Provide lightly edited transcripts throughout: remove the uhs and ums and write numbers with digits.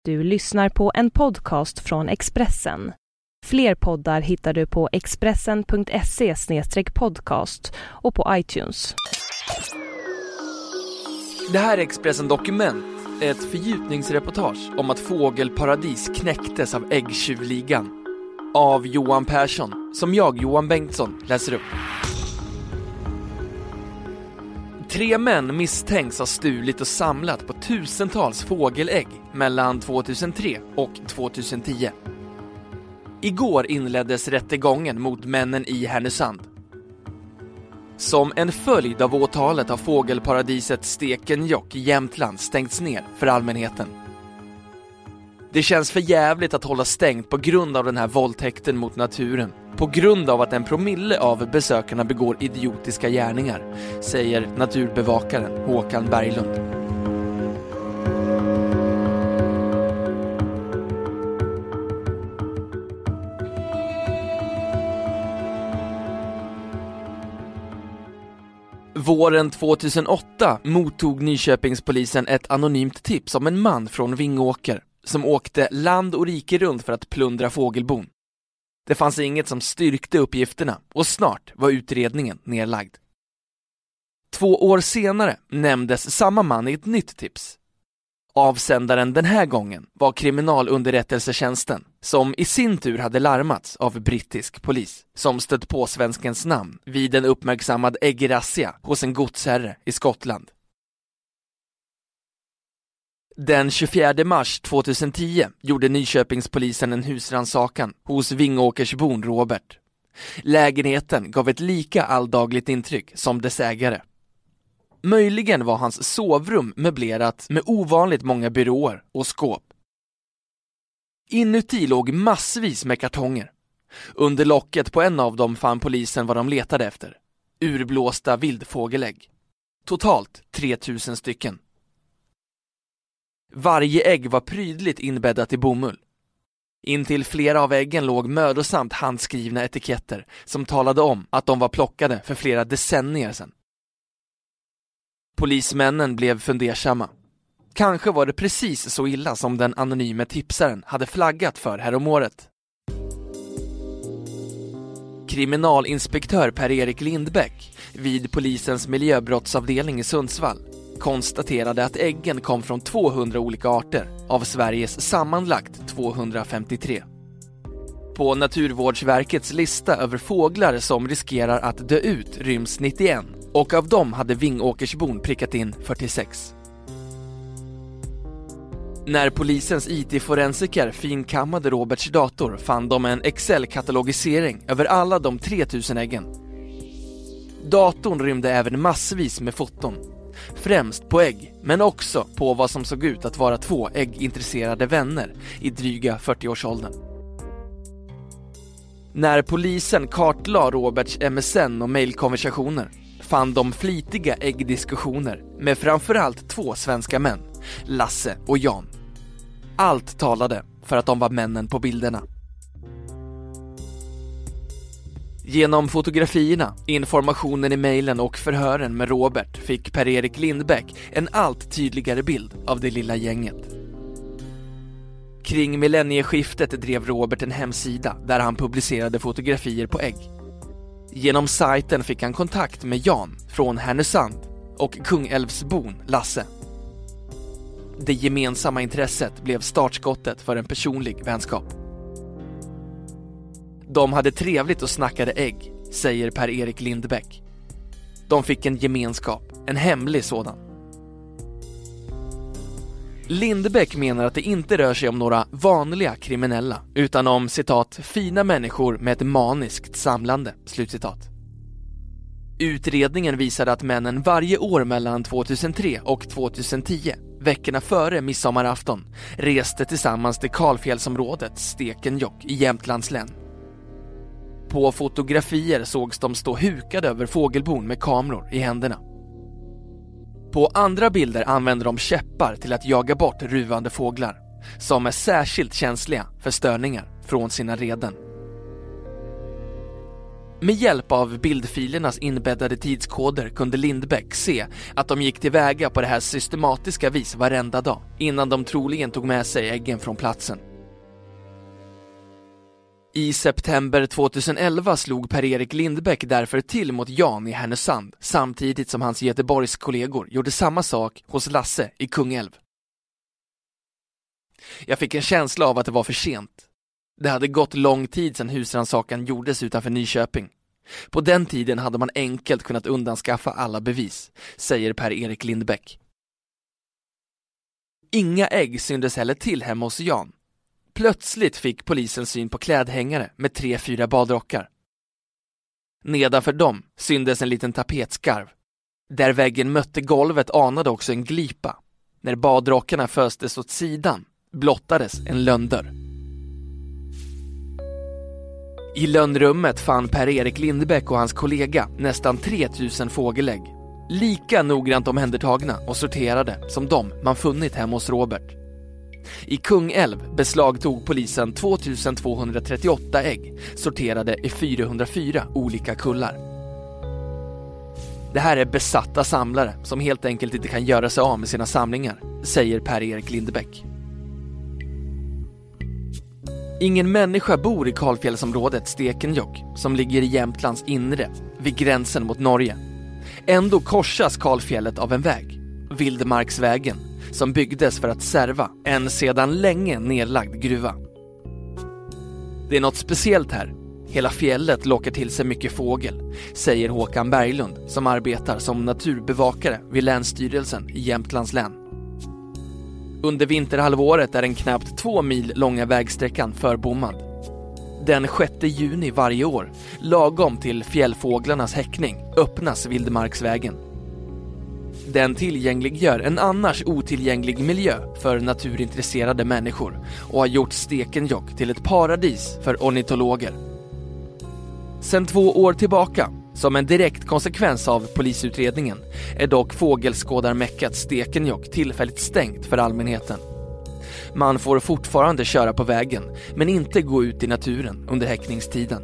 Du lyssnar på en podcast från Expressen. Fler poddar hittar du på expressen.se/podcast och på iTunes. Det här är Expressen Dokument, ett fördjupningsreportage om att fågelparadis knäcktes av äggtjuvligan. Av Johan Persson, som jag, Johan Bengtsson, läser upp. 3 män misstänks ha stulit och samlat på tusentals fågelägg mellan 2003 och 2010. Igår inleddes rättegången mot männen i Härnösand. Som en följd av åtalet har fågelparadiset Stekenjokk i Jämtland stängts ner för allmänheten. Det känns för jävligt att hålla stängt på grund av den här våldtäkten mot naturen. På grund av att en promille av besökarna begår idiotiska gärningar, säger naturbevakaren Håkan Berglund. Våren 2008 mottog Nyköpingspolisen ett anonymt tips om en man från Vingåker som åkte land och rike runt för att plundra fågelbon. Det fanns inget som styrkte uppgifterna och snart var utredningen nedlagd. 2 år senare nämndes samma man i ett nytt tips. Avsändaren den här gången var kriminalunderrättelsetjänsten, som i sin tur hade larmats av brittisk polis som stött på svenskens namn vid en uppmärksammad äggrazzia hos en godsherre i Skottland. Den 24 mars 2010 gjorde Nyköpingspolisen en husrannsakan hos Vingåkersbon Robert. Lägenheten gav ett lika alldagligt intryck som dess ägare. Möjligen var hans sovrum möblerat med ovanligt många byråer och skåp. Inuti låg massvis med kartonger. Under locket på en av dem fann polisen vad de letade efter. Urblåsta vildfågelägg. Totalt 3000 stycken. Varje ägg var prydligt inbäddat i bomull. Intill flera av äggen låg mödosamt handskrivna etiketter som talade om att de var plockade för flera decennier sedan. Polismännen blev fundersamma. Kanske var det precis så illa som den anonyme tipsaren hade flaggat för häromåret. Kriminalinspektör Per-Erik Lindbäck vid polisens miljöbrottsavdelning i Sundsvall konstaterade att äggen kom från 200 olika arter av Sveriges sammanlagt 253. På Naturvårdsverkets lista över fåglar som riskerar att dö ut ryms 91 och av dem hade Vingåkersbon prickat in 46. När polisens IT-forensiker finkammade Roberts dator fann de en Excel-katalogisering över alla de 3000 äggen. Datorn rymde även massvis med foton. Främst på ägg, men också på vad som såg ut att vara 2 äggintresserade vänner i dryga 40-årsåldern. När polisen kartlade Roberts MSN och mailkonversationer fann de flitiga äggdiskussioner med framförallt 2 svenska män, Lasse och Jan. Allt talade för att de var männen på bilderna. Genom fotografierna, informationen i mejlen och förhören med Robert fick Per-Erik Lindbäck en allt tydligare bild av det lilla gänget. Kring millennieskiftet drev Robert en hemsida där han publicerade fotografier på ägg. Genom sajten fick han kontakt med Jan från Härnösand och Kungälvsbon Lasse. Det gemensamma intresset blev startskottet för en personlig vänskap. De hade trevligt och snackade ägg, säger Per-Erik Lindbäck. De fick en gemenskap, en hemlig sådan. Lindbäck menar att det inte rör sig om några vanliga kriminella, utan om, citat, fina människor med ett maniskt samlande, slutcitat. Utredningen visade att männen varje år mellan 2003 och 2010, veckorna före midsommarafton, reste tillsammans till Kalfjällsområdet Stekenjokk i Jämtlands län. På fotografier sågs de stå hukade över fågelbon med kameror i händerna. På andra bilder använder de käppar till att jaga bort ruvande fåglar som är särskilt känsliga för störningar från sina reden. Med hjälp av bildfilernas inbäddade tidskoder kunde Lindbäck se att de gick tillväga på det här systematiska vis varenda dag innan de troligen tog med sig äggen från platsen. I september 2011 slog Per-Erik Lindbäck därför till mot Jan i Härnösand samtidigt som hans Göteborgs kollegor gjorde samma sak hos Lasse i Kungälv. Jag fick en känsla av att det var för sent. Det hade gått lång tid sedan husrannsakan gjordes utanför Nyköping. På den tiden hade man enkelt kunnat undanskaffa alla bevis, säger Per-Erik Lindbäck. Inga ägg syndes heller till hemma hos Jan. Plötsligt fick polisen syn på klädhängare med 3-4 badrockar. Nedanför dem syndes en liten tapetskarv. Där väggen mötte golvet anade också en glipa. När badrockarna föstes åt sidan blottades en lönndörr. I lönnrummet fann Per-Erik Lindbäck och hans kollega nästan 3000 fågelägg. Lika noggrant omhändertagna och sorterade som de man funnit hemma hos Robert. I Kungälv beslagtog polisen 2238 ägg sorterade i 404 olika kullar. Det här är besatta samlare som helt enkelt inte kan göra sig av med sina samlingar, säger Per-Erik Lindbäck. Ingen människa bor i kalfjällsområdet Stekenjokk som ligger i Jämtlands inre, vid gränsen mot Norge. Ändå korsas kalfjället av en väg, Vildmarksvägen, som byggdes för att serva en sedan länge nedlagd gruva. Det är något speciellt här. Hela fjället lockar till sig mycket fågel, säger Håkan Berglund som arbetar som naturbevakare vid Länsstyrelsen i Jämtlands län. Under vinterhalvåret är den knappt 2 mil långa vägsträckan förbommad. Den 6 juni varje år, lagom till fjällfåglarnas häckning, öppnas Vildmarksvägen. Den tillgängliggör en annars otillgänglig miljö för naturintresserade människor och har gjort Stekenjokk till ett paradis för ornitologer. Sedan 2 år tillbaka, som en direkt konsekvens av polisutredningen, är dock fågelskådarmäckat Stekenjokk tillfälligt stängt för allmänheten. Man får fortfarande köra på vägen, men inte gå ut i naturen under häckningstiden.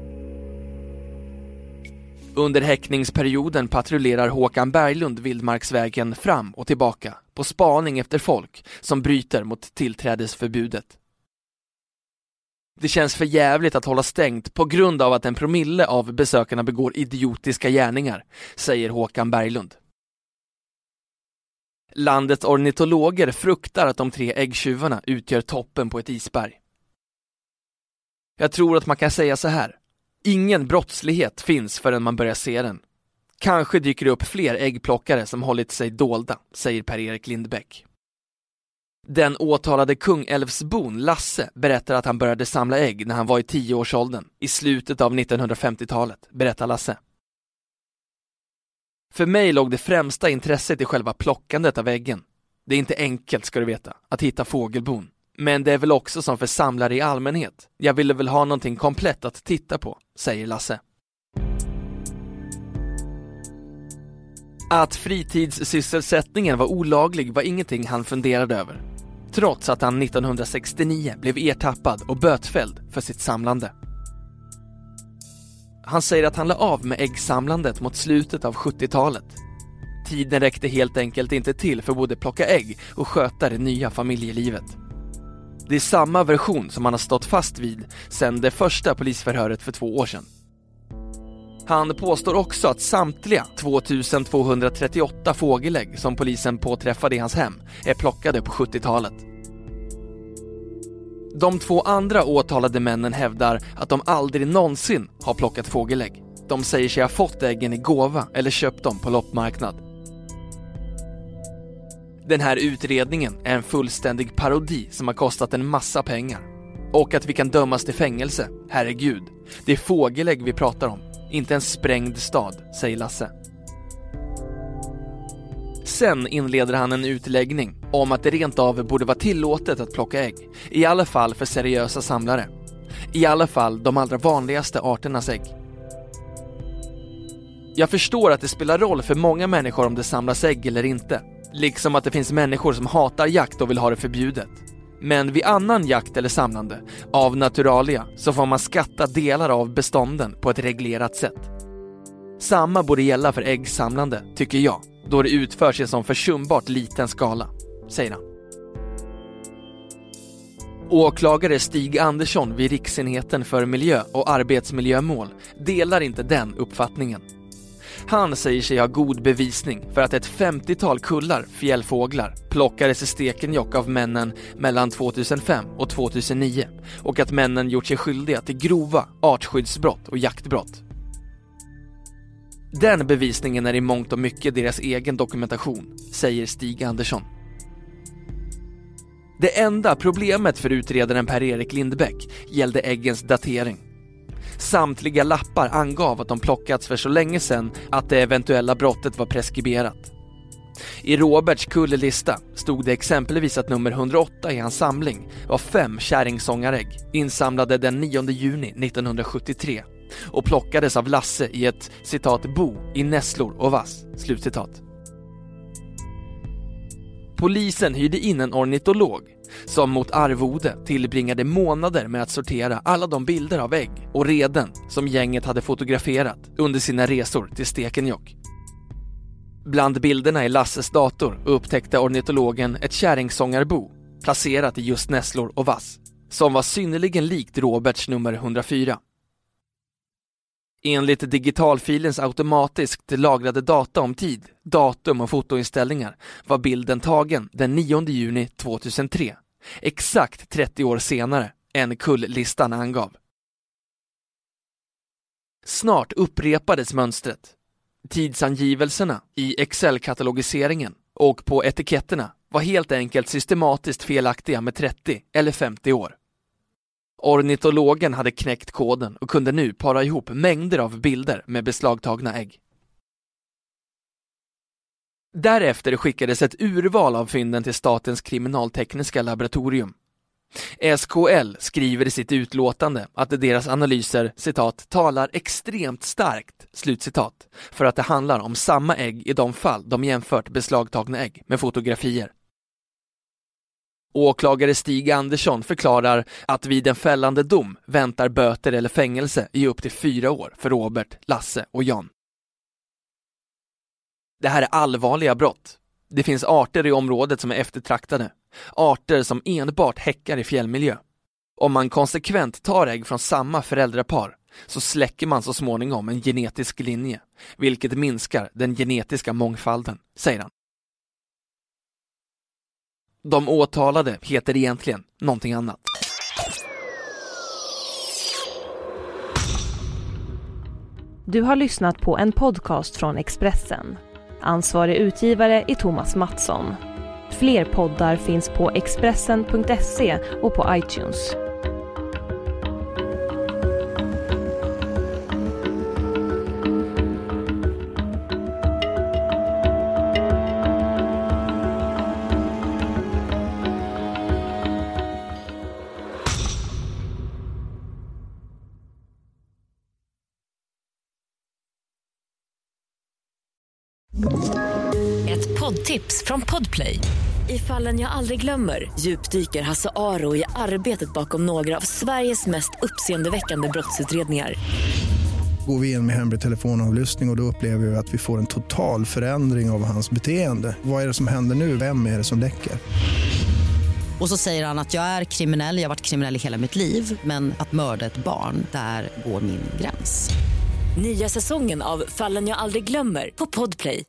Under häckningsperioden patrullerar Håkan Berglund Vildmarksvägen fram och tillbaka på spaning efter folk som bryter mot tillträdesförbudet. Det känns för jävligt att hålla stängt på grund av att en promille av besökarna begår idiotiska gärningar, säger Håkan Berglund. Landets ornitologer fruktar att de 3 äggtjuvarna utgör toppen på ett isberg. Jag tror att man kan säga så här. Ingen brottslighet finns förrän man börjar se den. Kanske dyker det upp fler äggplockare som hållit sig dolda, säger Per-Erik Lindbäck. Den åtalade Kungälvsbon Lasse berättar att han började samla ägg när han var i 10-årsåldern, i slutet av 1950-talet, berättar Lasse. För mig låg det främsta intresset i själva plockandet av äggen. Det är inte enkelt, ska du veta, att hitta fågelbon. Men det är väl också som för samlare i allmänhet. Jag ville väl ha någonting komplett att titta på, säger Lasse. Att fritidssysselsättningen var olaglig var ingenting han funderade över. Trots att han 1969 blev ertappad och bötfälld för sitt samlande. Han säger att han la av med äggsamlandet mot slutet av 70-talet. Tiden räckte helt enkelt inte till för både plocka ägg och sköta det nya familjelivet. Det är samma version som han har stått fast vid sedan det första polisförhöret för 2 år sedan. Han påstår också att samtliga 2238 fågelägg som polisen påträffade i hans hem är plockade på 70-talet. De 2 andra åtalade männen hävdar att de aldrig någonsin har plockat fågelägg. De säger sig ha fått äggen i gåva eller köpt dem på loppmarknad. Den här utredningen är en fullständig parodi som har kostat en massa pengar. Och att vi kan dömas till fängelse, herregud. Det är fågelägg vi pratar om, inte en sprängd stad, säger Lasse. Sen inleder han en utläggning om att det rent av borde vara tillåtet att plocka ägg. I alla fall för seriösa samlare. I alla fall de allra vanligaste arternas ägg. Jag förstår att det spelar roll för många människor om det samlas ägg eller inte. Liksom att det finns människor som hatar jakt och vill ha det förbjudet. Men vid annan jakt eller samlande av naturalia så får man skatta delar av bestånden på ett reglerat sätt. Samma borde gälla för äggsamlande, tycker jag, då det utförs i en sån försumbart liten skala, säger han. Åklagare Stig Andersson vid Riksenheten för miljö- och arbetsmiljömål delar inte den uppfattningen. Han säger sig ha god bevisning för att ett 50-tal kullar fjällfåglar plockades i Stekenjokk av männen mellan 2005 och 2009 och att männen gjort sig skyldiga till grova artskyddsbrott och jaktbrott. Den bevisningen är i mångt och mycket deras egen dokumentation, säger Stig Andersson. Det enda problemet för utredaren Per-Erik Lindbäck gällde äggens datering. Samtliga lappar angav att de plockats för så länge sedan att det eventuella brottet var preskriberat. I Roberts kullelista stod det exempelvis att nummer 108 i hans samling var 5 kärringsångarägg insamlade den 9 juni 1973 och plockades av Lasse i ett citat bo i nässlor och vass, slutcitat. Polisen hyrde in en ornitolog som mot arvode tillbringade månader med att sortera alla de bilder av ägg och reden som gänget hade fotograferat under sina resor till Stekenjokk. Bland bilderna i Lasses dator upptäckte ornitologen ett kärringsångarbo placerat i just nässlor och vass som var synnerligen likt Roberts nummer 104. Enligt digitalfilens automatiskt lagrade data om tid, datum och fotoinställningar var bilden tagen den 9 juni 2003, exakt 30 år senare än kulllistan angav. Snart upprepades mönstret. Tidsangivelserna i Excel-katalogiseringen och på etiketterna var helt enkelt systematiskt felaktiga med 30 eller 50 år. Ornitologen hade knäckt koden och kunde nu para ihop mängder av bilder med beslagtagna ägg. Därefter skickades ett urval av fynden till Statens kriminaltekniska laboratorium. SKL skriver i sitt utlåtande att deras analyser, citat, talar extremt starkt, slutcitat, för att det handlar om samma ägg i de fall de jämfört beslagtagna ägg med fotografier. Åklagare Stig Andersson förklarar att vid en fällande dom väntar böter eller fängelse i upp till 4 år för Robert, Lasse och Jan. Det här är allvarliga brott. Det finns arter i området som är eftertraktade. Arter som enbart häckar i fjällmiljö. Om man konsekvent tar ägg från samma föräldrapar så släcker man så småningom en genetisk linje, vilket minskar den genetiska mångfalden, säger han. De åtalade heter egentligen någonting annat. Du har lyssnat på en podcast från Expressen. Ansvarig utgivare är Thomas Mattsson. Fler poddar finns på Expressen.se och på iTunes. Ett poddtips från Podplay. I Fallen jag aldrig glömmer djupdyker Hasse Aro i arbetet bakom några av Sveriges mest uppseendeväckande brottsutredningar. Går vi in med hemlig telefonavlyssning och då upplever vi att vi får en total förändring av hans beteende. Vad är det som händer nu? Vem är det som läcker? Och så säger han att jag är kriminell, jag har varit kriminell i hela mitt liv. Men att mörda ett barn, där går min gräns. Nya säsongen av Fallen jag aldrig glömmer på Podplay.